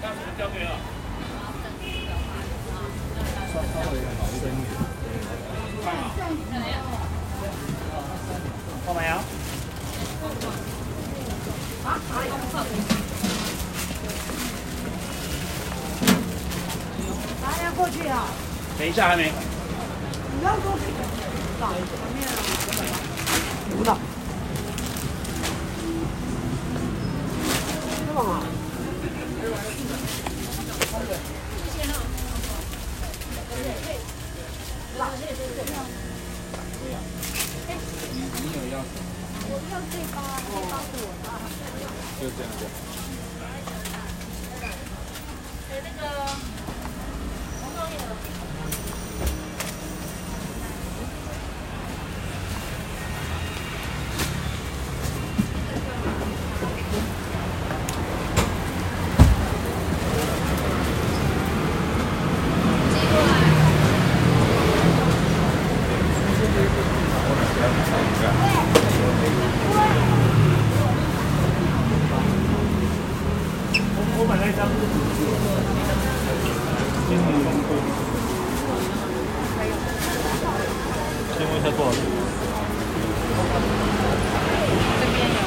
交给了。 稍微好深一点。 泡没有？ 大家过去啊！ 等一下还没。 你要过去。到前面了。不到。这么好。 你有要什么？ 我要这包啊，这包是我的。 就这样子。 那个红豆叶的。 我买那张是先问一下多少钱？ 这边有。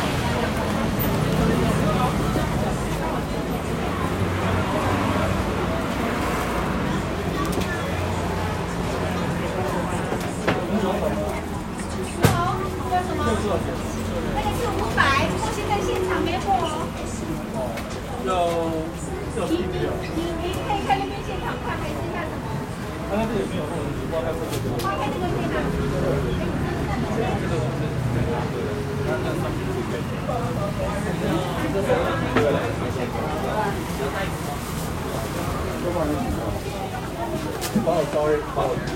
那个是500，不过现在现场没货哦。你可以看那边现场看，还是看什么？ 他那个也没有货，你花开货就花开那个在哪？ 帮我稍微帮我。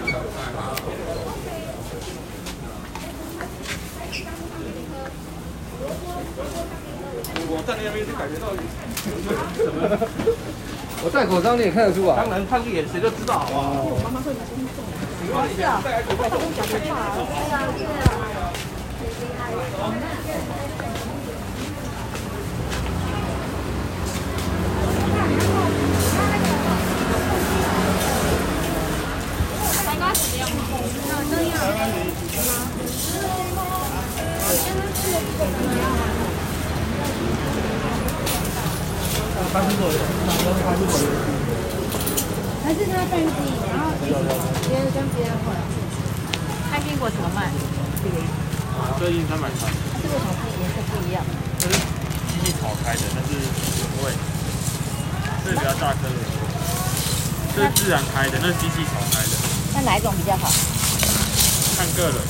我站在那边就感觉到什么？ 我戴口罩你也看得出来。 当然看个眼神就知道，好不好？ 妈妈会拿东西送你。 是啊， 戴口罩。 对啊，对啊。白瓜子不要吗？都要。 他是左右，他是左右。 还是他淡季，然后别人跟别人混。开苹果怎么卖？ 最近300块。 这个为什么颜色不一样？ 这是机器炒开的，但是原味。这是比较大颗的原味。这是自然开的，那是机器炒开的。 那哪一种比较好？ 看个人。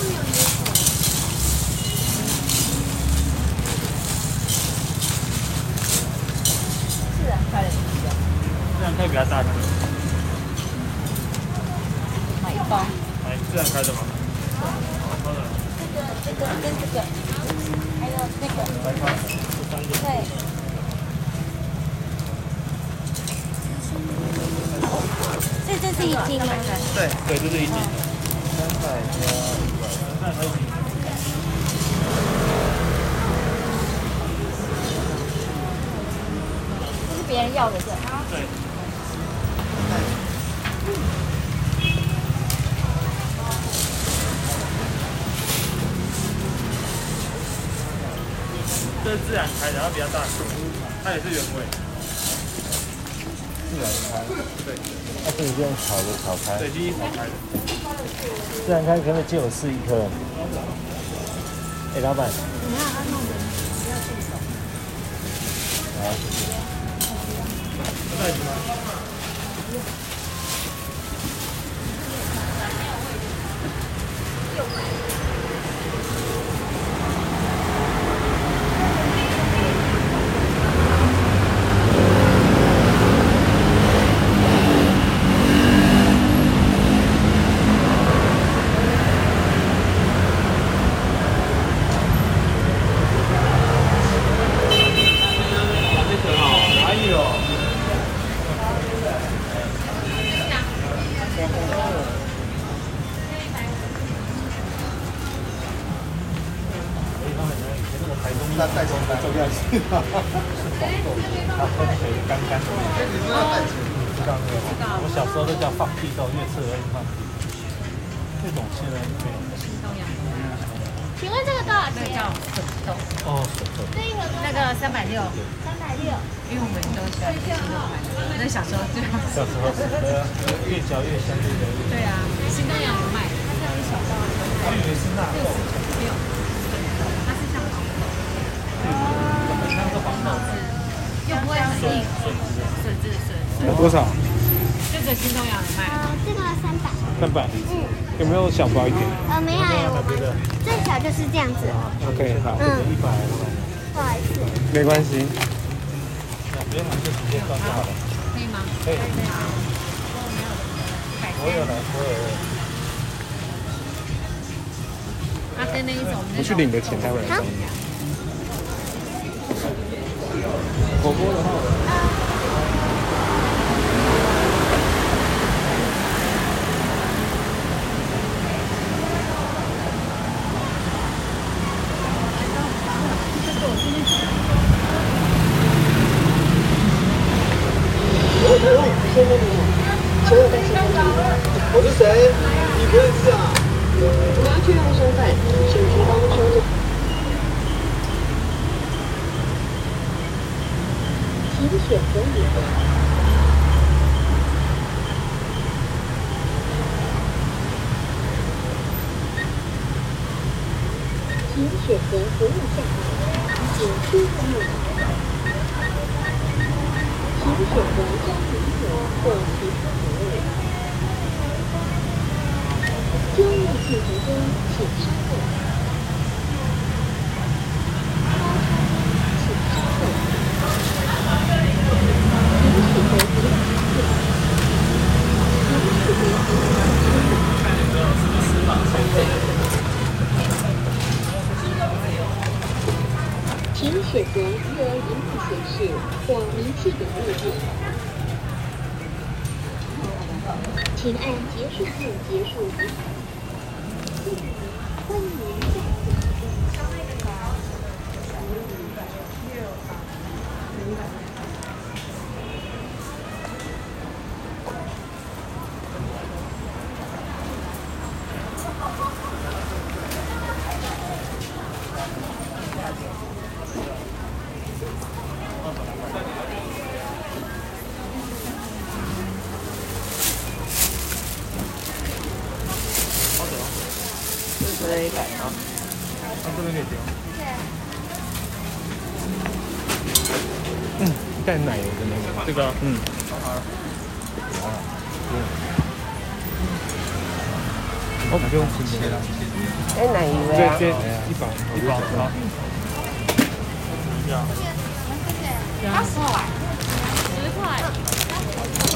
自然开的比较。 自然开比较大颗。 买一包。 买自然开的吗？ 这个跟这个，还有那个。对。这是一斤吗？ 对，这是一斤。 300加100。 这是别人要的是？ 对。这是自然开的，它比较大颗，它也是原味。 自然开。 对。 它这里是用炒的，炒开。 对，机器炒开的。 自然开可不可以借我试一颗？哎，老板。 你看他弄的，不要动手。 好。 有袋子吗？ 那带中单重要是吧？ 黄豆，它分水干干的那种，你知道那个吗？我小时候都叫放屁豆，越吃越放屁。这种现在没有。 请问这个多少钱？ 叫笋豆， 哦，水豆。 这一盒多少？ 那个360， 360。 因为我们都喜欢吃新东阳，那小时候就小时候吃的，越嚼越香，越嚼越香。 对啊，新东阳有卖，它这样一小包我以为是纳豆， 没有，它是像黄豆， 像是黄豆。 又不会很硬，水质。 多少这个新东阳有卖， 这个300。 ？300。有没有小包一点没有哎，我们最小就是这样子。 ？OK， 好， 100， 不好意思。 没关系。 不用买就直接装就好了。 可以吗？ 可以。我有了。 它跟那一种， 我去领个钱，待会来找你。火锅的话， 我是谁？你不认识啊？我要去用身份，请提供出入。请选择你的。请选择服务项目，请输入密码。请选择家庭服务或其他服务。交易进行中，请稍后。请稍后。请取得服务器。请取得服务请选择余额荧幕显示或明细表列键。请按结束键结束即可。欢迎您再次。 这100啊，这边可以丢。 带奶油的那个。 这个， 哦，不用钱的。 奶油啊。 这100，100 好。 10块。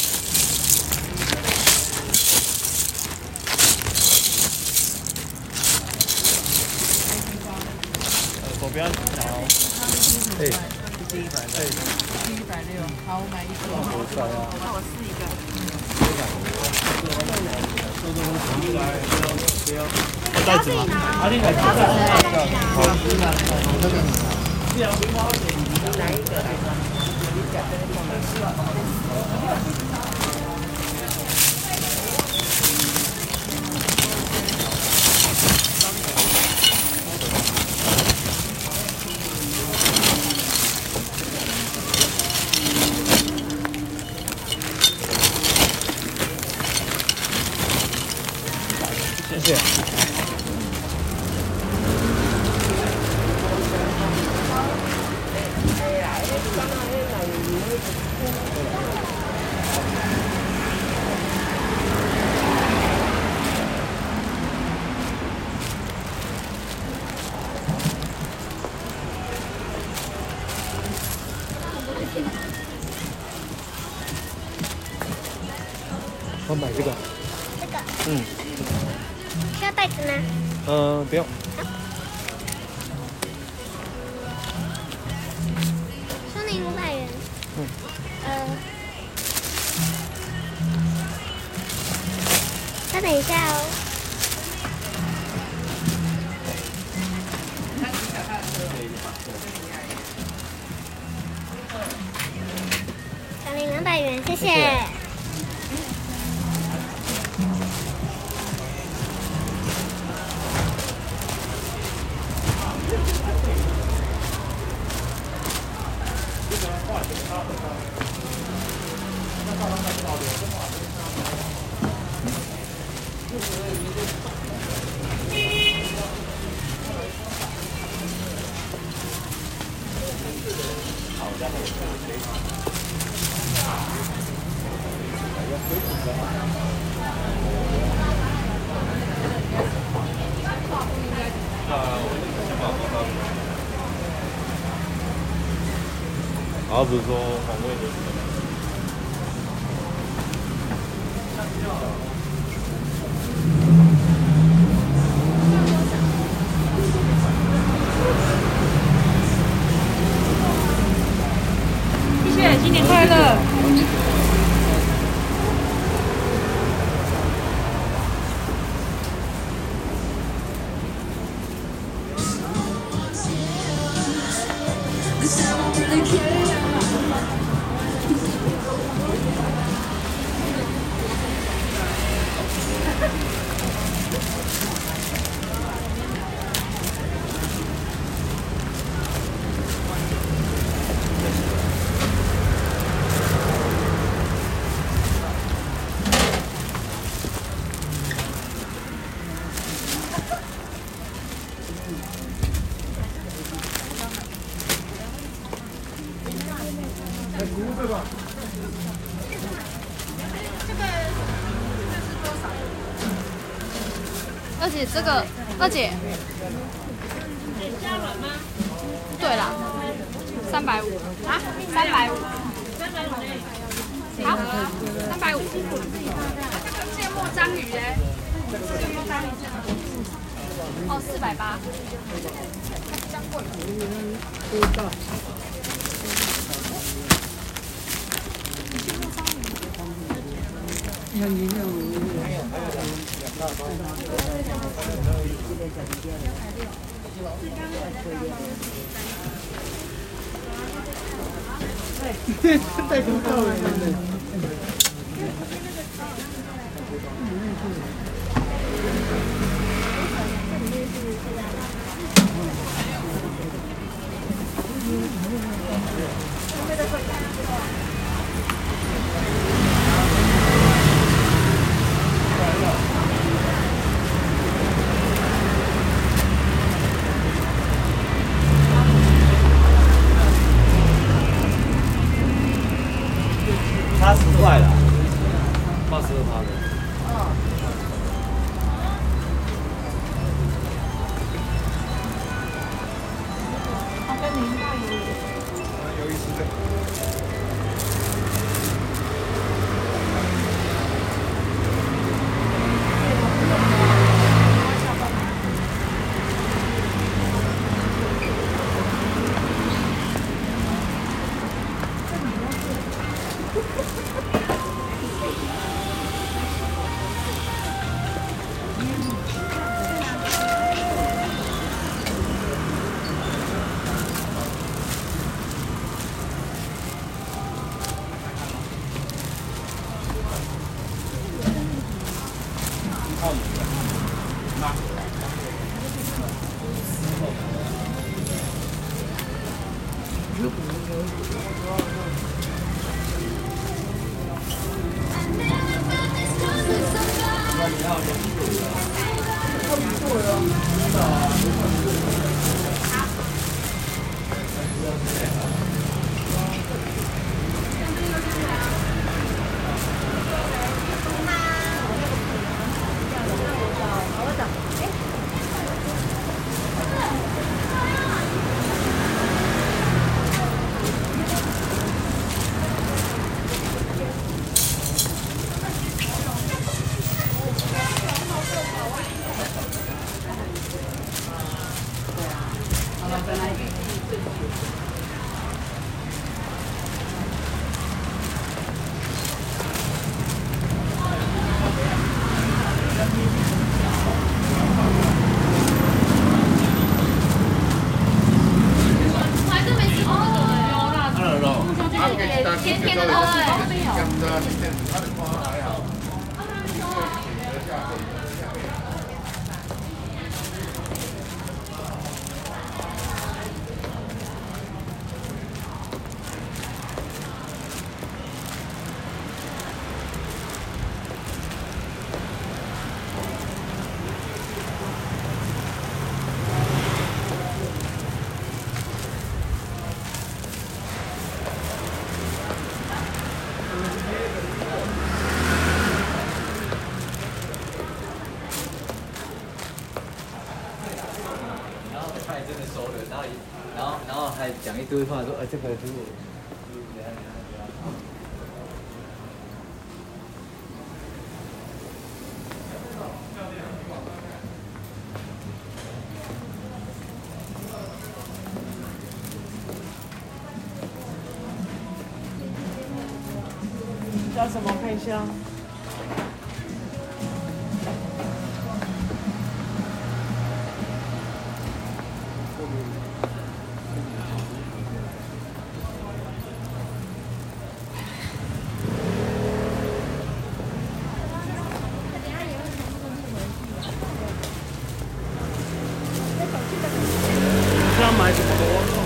左边条， 哎， 这160， 160，好，我买一个。那我试一个。 袋子吗？阿弟，袋子。 哪一个？ 谢谢。我买这个。 这个嗯。 需要袋子吗？ 不用。 收您500元。稍等一下哦。 小明200元，谢谢。 然后不是说黄味的。 谢谢，新年快乐！ 二姐，这个二姐， 加软吗？ 对啦，350啊，350，好，350。芥末章鱼嘞？哦，480。 戴口罩了。 差10块啦，82%的。有意思的。 甜甜的，对不对？ 然后还讲一堆话，说这个就是。 叫什么配香？ 是要买什么的？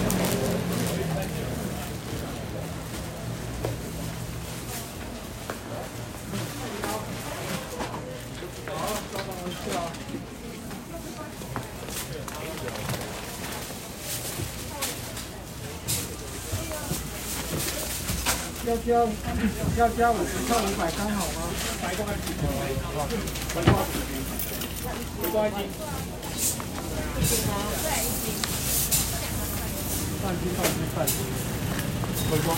要加50克500刚好吗？白瓜鸡，回瓜鸡，饭鸡，回瓜。